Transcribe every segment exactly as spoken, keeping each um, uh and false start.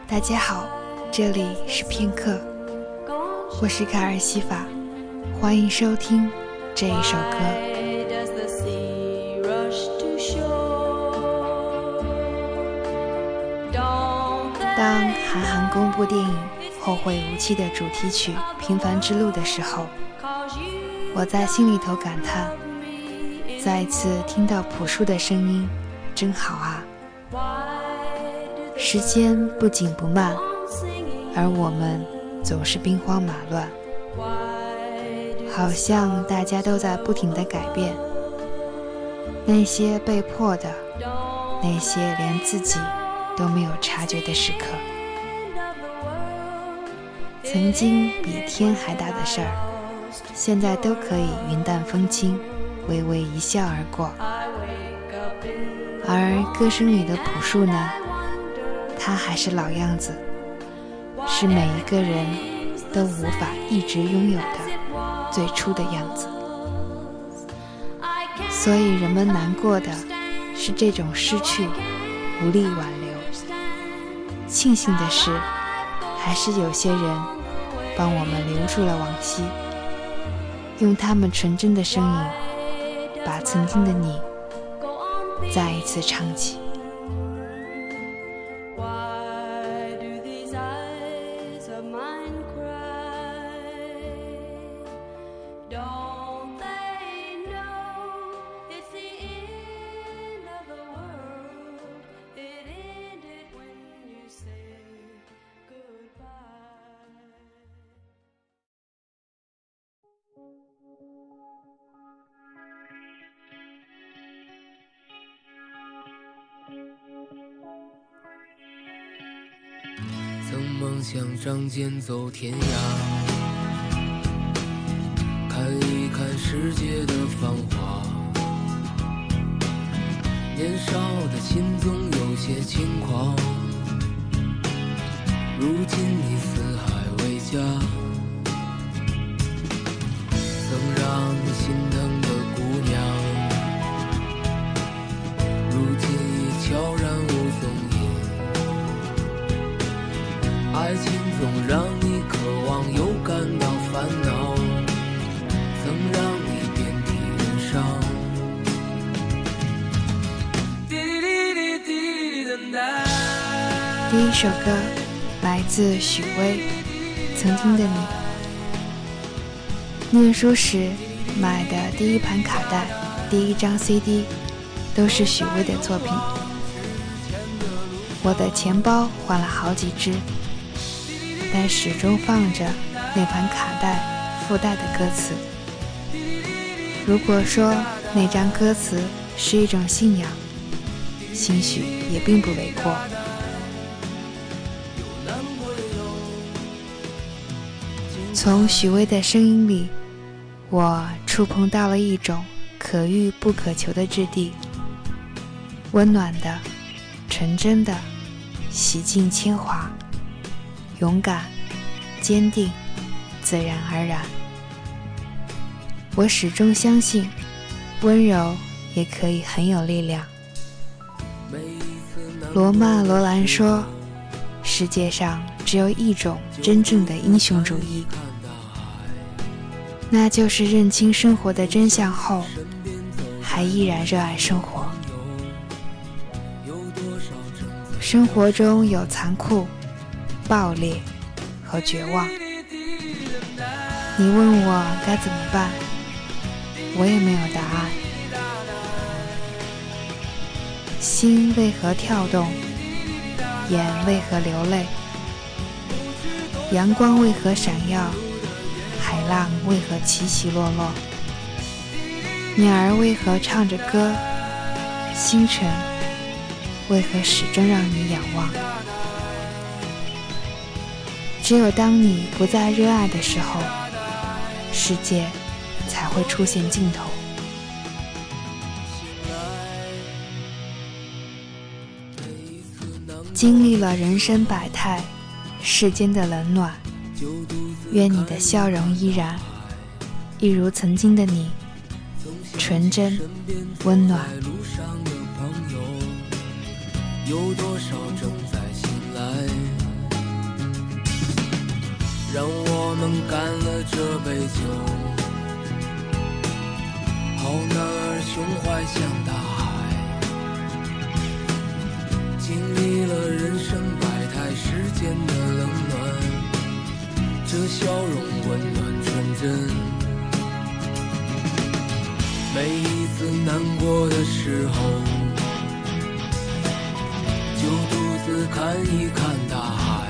大家好，这里是片刻，我是卡尔西法，欢迎收听这一首歌。当韩寒公布电影《后会无期》的主题曲《平凡之路》的时候，我在心里头感叹，再一次听到朴树的声音，真好啊！时间不紧不慢，而我们总是兵荒马乱，好像大家都在不停地改变。那些被迫的，那些连自己都没有察觉的时刻，曾经比天还大的事儿，现在都可以云淡风轻，微微一笑而过。而歌声里的朴树呢，他还是老样子，是每一个人都无法一直拥有的最初的样子。所以人们难过的是这种失去，无力挽留。庆幸的是，还是有些人帮我们留住了往昔，用他们纯真的声音，把曾经的你再一次唱起。 曾梦想仗剑走天涯，看一看世界的繁华，年少的心总有些轻狂，如今你四海为家，曾让你心疼的姑娘，如今已悄然无踪影。爱情总让你渴望又感到烦恼，曾让你遍体鳞伤。 第一首歌来自许巍，曾经的你。念书时买的第一盘卡带，第一张 C D 都是许巍的作品。我的钱包换了好几只，但始终放着那盘卡带附带的歌词。如果说那张歌词是一种信仰，兴许也并不为过。从许巍的声音里，我触碰到了一种可遇不可求的质地，温暖的，纯真的，洗尽铅华，勇敢，坚定，自然而然。我始终相信，温柔也可以很有力量。罗曼·罗兰说，世界上只有一种真正的英雄主义，那就是认清生活的真相后，还依然热爱生活。生活中有残酷、暴烈和绝望，你问我该怎么办，我也没有答案。心为何跳动，眼为何流泪，阳光为何闪耀，海浪为何起起落落，鸟儿为何唱着歌，星辰为何始终让你仰望。只有当你不再热爱的时候，世界才会出现尽头。经历了人生百态，世间的冷暖，愿你的笑容依然，一如曾经的你，纯真温暖。 有多少正在醒来， 让我们干了这杯酒。好男儿胸怀像大海，经历了人生百态世间的冷暖，这笑容温暖纯真。每一次难过的时候，就独自看一看大海，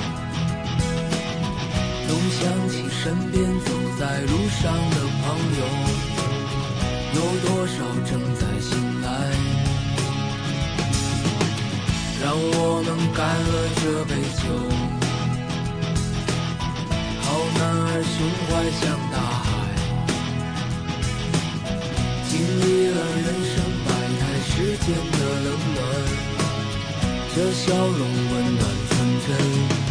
总想起身边走在路上的朋友，有多少正在醒来。让我们干了这杯酒，好男儿胸怀像大海，经历了人生百态世间的冷暖，这笑容温暖纯真。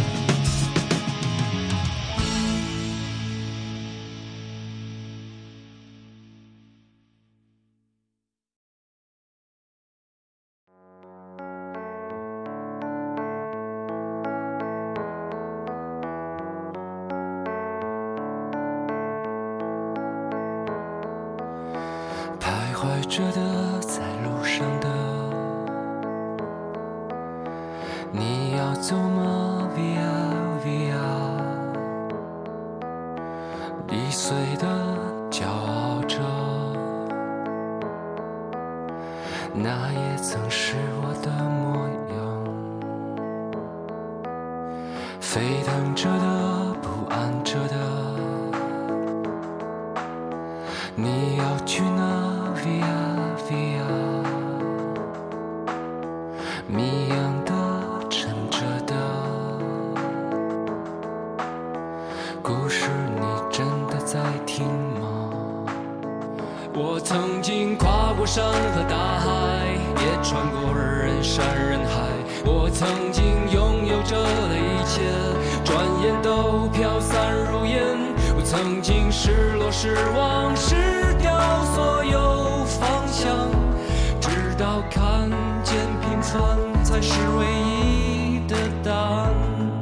徘徊着的，在路上的，你要走吗 ？Via Via， 易碎的骄傲着，那也曾是我的模样。沸腾着的，不安着的，你要去哪 ？Via Via， 谜样的，沉着的，故事你真的在听吗？我曾经跨过山和大海，也穿过人山人海。我曾经拥有着的一切，转眼都飘散如烟。我曾经失落失望失掉所有方向，直到看见平凡才是唯一的答案。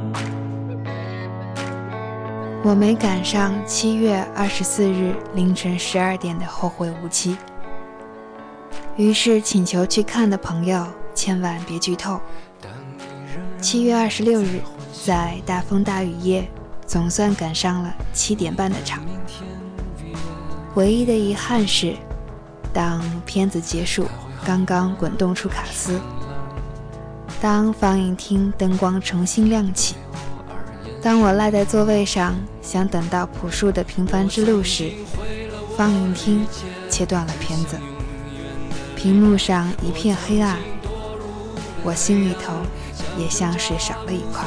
我没赶上七月二十四日凌晨十二点的后会无期，于是请求去看的朋友千万别剧透。七月二十六日，在大风大雨夜，总算赶上了七点半的场。唯一的遗憾是，当片子结束，刚刚滚动出卡司，当放映厅灯光重新亮起，当我赖在座位上想等到朴树的平凡之路时，放映厅切断了片子，屏幕上一片黑暗，我心里头也像是少了一块。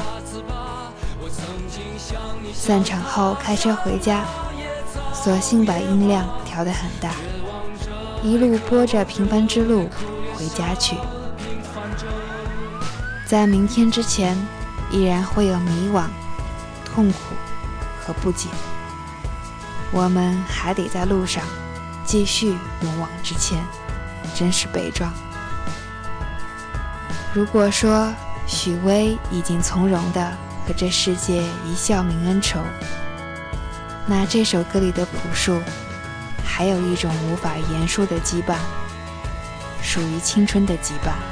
散场后开车回家，索性把音量调得很大，一路播着平凡之路回家去。在明天之前，依然会有迷惘、痛苦和不解，我们还得在路上继续勇往直前，真是悲壮。如果说许巍已经从容地和这世界一笑泯恩仇，那这首歌里的朴树还有一种无法言说的羁绊，属于青春的羁绊。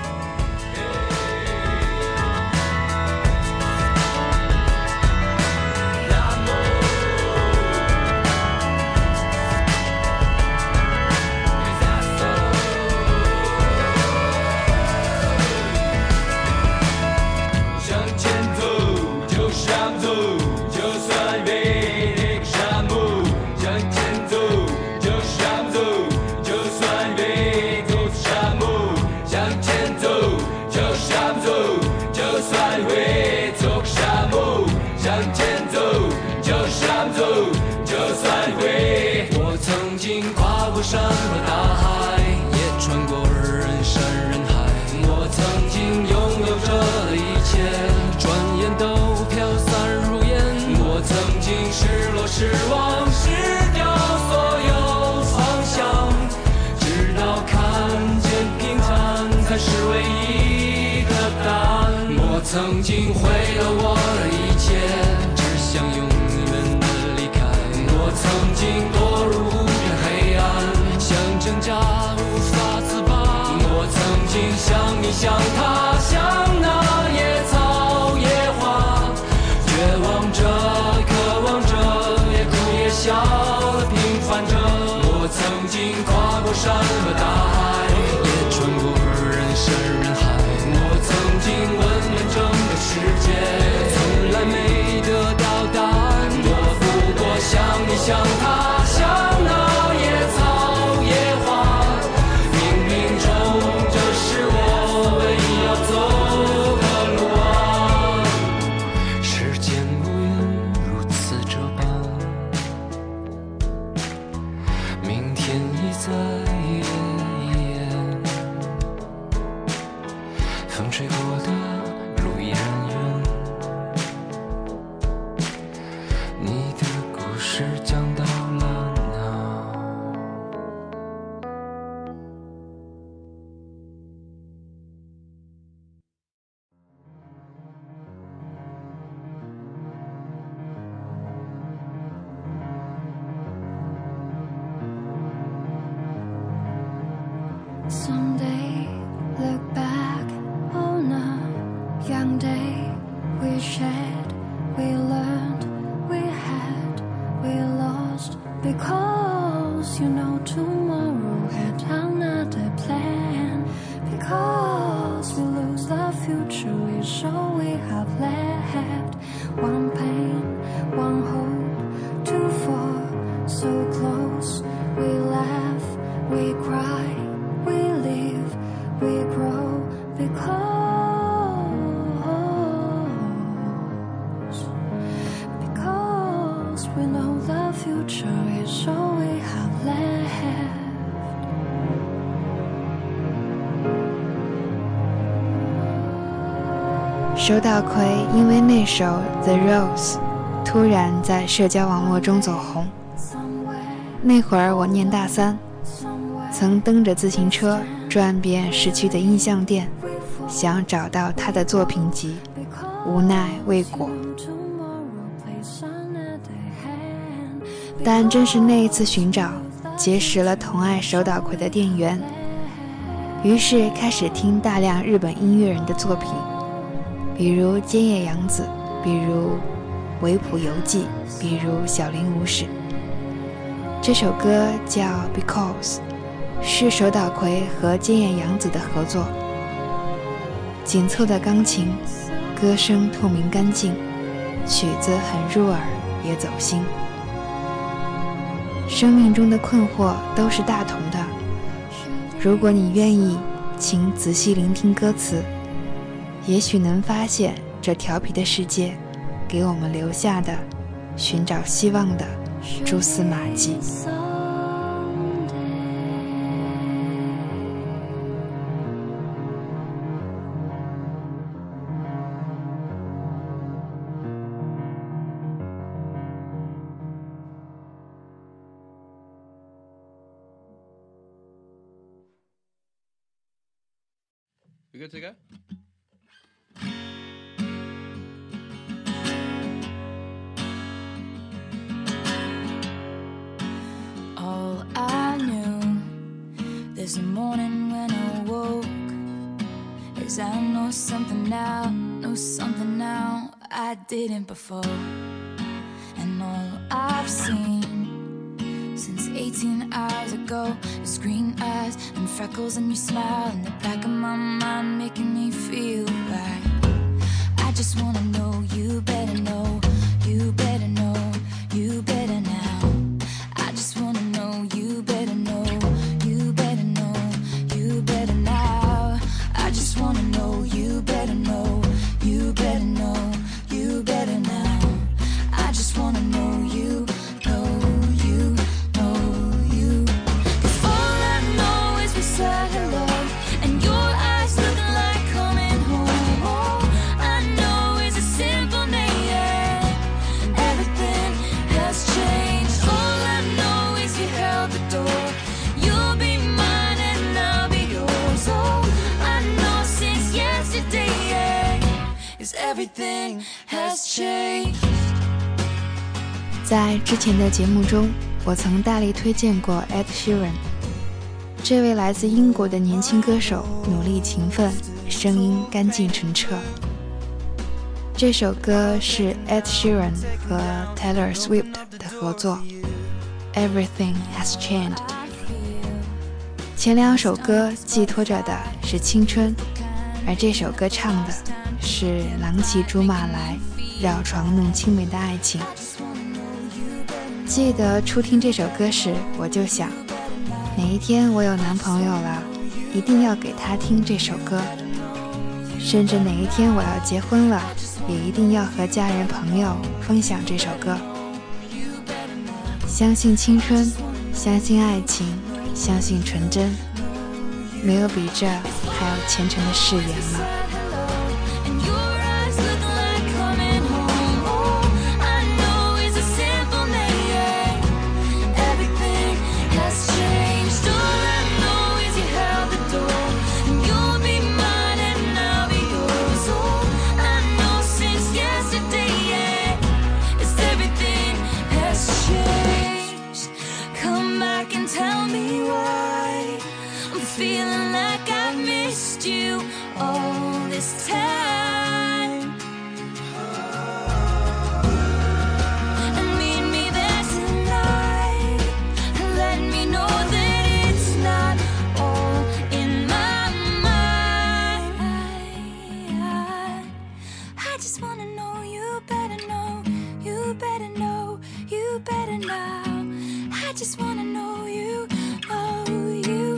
山和大海，也穿过人山人海。我曾经拥有着的一切，转眼都飘散如烟。我曾经失落失望失掉所有方向，直到看见平凡才是唯一的答案。我曾经毁了我的一切，只想曾经堕入无边黑暗，想挣扎无法自拔。我曾经像你像他，像那野草野花，绝望着渴望着，也哭也笑地平凡着。我曾经跨过山和大海，也穿过人山人海。我曾经问遍整个世界，从来没得到答案。我不过像你像他，像那野草野花，冥冥中这是我唯一要走的路啊。时间无言如此这般，明天已在眼前，风吹过的路依然远，你的故事讲到了哪？ Someday, look back on a young day. We shared, we learned, we had, we lost. Because you know tomorrow had another plan. Because we lose the future, we show we have left. One pain, one hope, two far, so close. We laugh, we cry.We live, we grow, because, because we know the future is all we have left. 手岛葵因为那首《The Rose》突然在社交网络中走红。那会儿我念大三，曾蹬着自行车转遍市区的音像店，想找到他的作品集，无奈未果。但正是那一次寻找，结识了同爱手岛葵的店员，于是开始听大量日本音乐人的作品，比如菅野洋子，比如维普游记，比如小林武史。这首歌叫 Because，是手岛葵和菅野洋子的合作，紧凑的钢琴，歌声透明干净，曲子很入耳也走心。生命中的困惑都是大同的，如果你愿意，请仔细聆听歌词，也许能发现这调皮的世界给我们留下的寻找希望的蛛丝马迹。 You good to go? All I knew this morning when I woke is I know something now, know something now I didn't before. And all I've seen since eighteen hours ago is green eyes and freckles and your smile in the back of my mind making me feel right. I just wanna know you better know, you better know, you better now. I just wanna know you better know, you better know, you better now. I just wanna know you better know, you better know, you better now. I just wanna know you, know you, know you. 'Cause all I know is we said hello and your eyes looking like coming home. All I know is a simple name. Everything has changed. All I know is you held the door. You'll be mine and I'll be yours. All I know since yesterday is everything has changed. 在之前的节目中，我曾大力推荐过 Ed Sheeran。这位来自英国的年轻歌手努力勤奋，声音干净澄澈。这首歌是 Ed Sheeran 和 Taylor Swift 的合作 Everything Has Changed。 前两首歌寄托着的是青春，而这首歌唱的是郎骑竹马来，绕床弄青梅的爱情。记得初听这首歌时，我就想，哪一天我有男朋友了，一定要给他听这首歌，甚至哪一天我要结婚了，也一定要和家人朋友分享这首歌。相信青春，相信爱情，相信纯真，没有比这还要虔诚的誓言了。 Feeling like I've missed you all this time, and meet me there tonight, let me know that it's not all in my mind. I, I just wanna know you better know, you better know, you better now. I just wanna know you, oh you.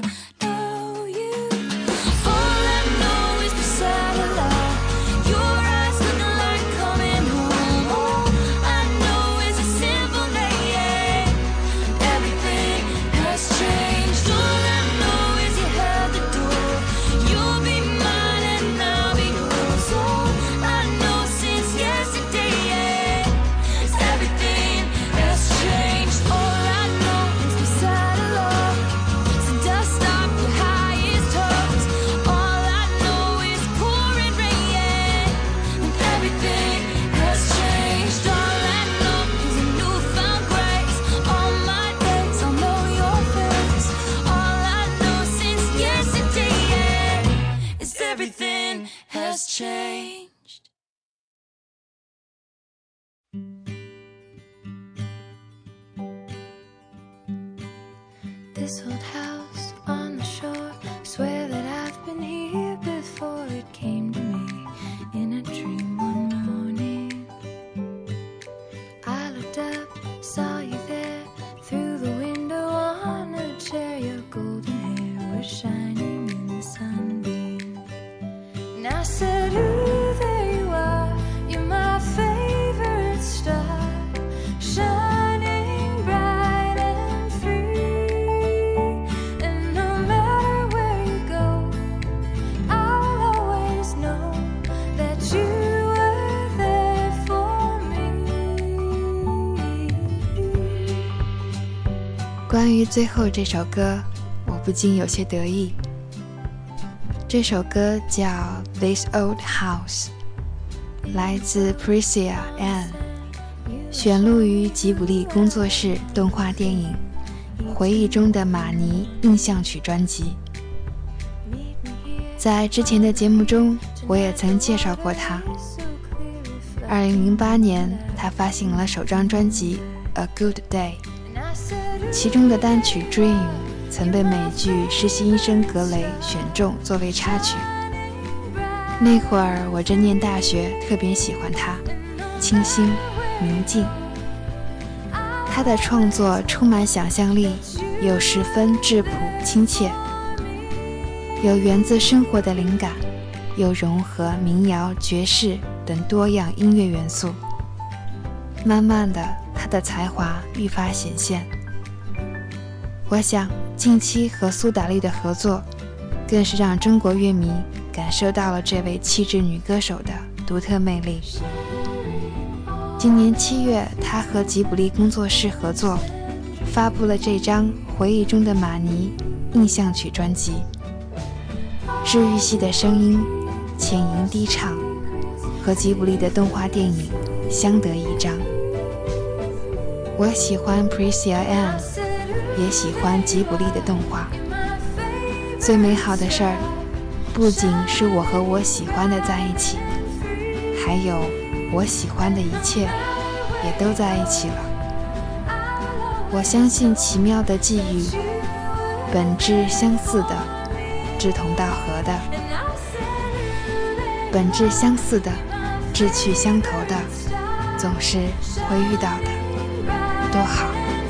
Everything has changed. This old house on the shore, swear that I've been here before. It came to me in a dream one morning. I looked up, saw you there through the window on a chair. Your golden hair was shining in the sunbeam. And I said, ooh, there you are, you're my favorite star, shining bright and free. And no matter where you go, I'll always know that you were there for me. 关于最后这首歌，我不禁有些得意。这首歌叫 This Old House， 来自 Priscilla Ann， 选录于吉卜力工作室动画电影《回忆中的玛尼》印象曲专辑。在之前的节目中，我也曾介绍过他。二零零八年，他发行了首张专辑《A Good Day》，其中的单曲《Dream》曾被美剧《实习医生格雷》选中作为插曲。那会儿我正念大学，特别喜欢他，清新宁静。他的创作充满想象力，又十分质朴亲切，有源自生活的灵感，又融合民谣、爵士等多样音乐元素。慢慢的，他的才华愈发显现。我想近期和苏打绿的合作更是让中国乐迷感受到了这位气质女歌手的独特魅力。今年七月，她和吉卜力工作室合作发布了这张《回忆中的玛尼》印象曲专辑。治愈系的声音，浅吟低唱，和吉卜力的动画电影相得益彰。 我喜欢 Priscilla Ann， 也喜欢吉卜力的动画。最美好的事儿，不仅是我和我喜欢的在一起，还有我喜欢的一切也都在一起了。我相信奇妙的际遇，本质相似的，志同道合的，本质相似的，志趣相投的，总是会遇到的，多好。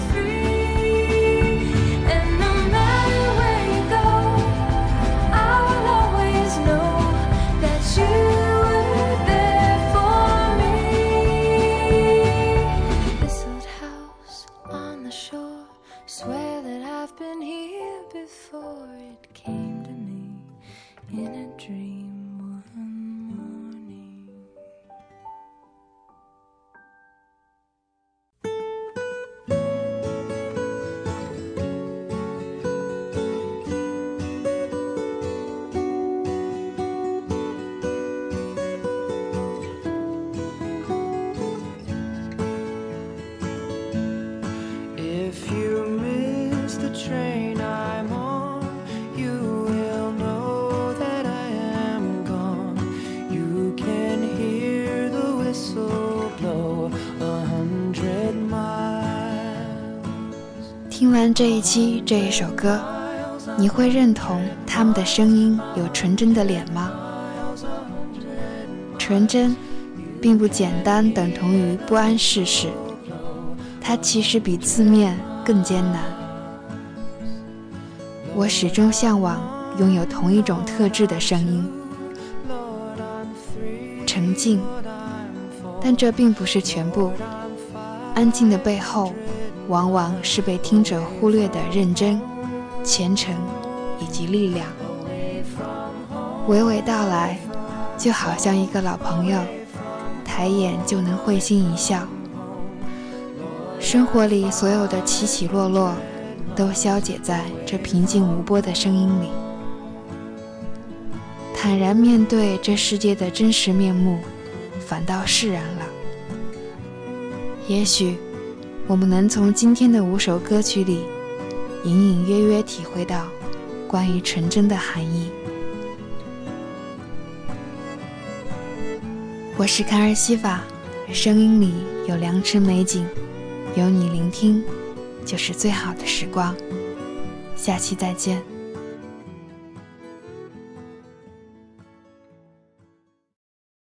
听完这一期这一首歌，你会认同他们的声音有纯真的脸吗？纯真并不简单等同于不谙世事，它其实比字面更艰难。我始终向往拥有同一种特质的声音，沉静，但这并不是全部。安静的背后往往是被听者忽略的认真、虔诚以及力量。娓娓道来，就好像一个老朋友，抬眼就能会心一笑。生活里所有的起起落落，都消解在这平静无波的声音里。坦然面对这世界的真实面目，反倒释然了。也许我们能从今天的五首歌曲里隐隐约约体会到关于纯真的含义。我是坎儿西法，声音里有良辰美景，有你聆听就是最好的时光。下期再见。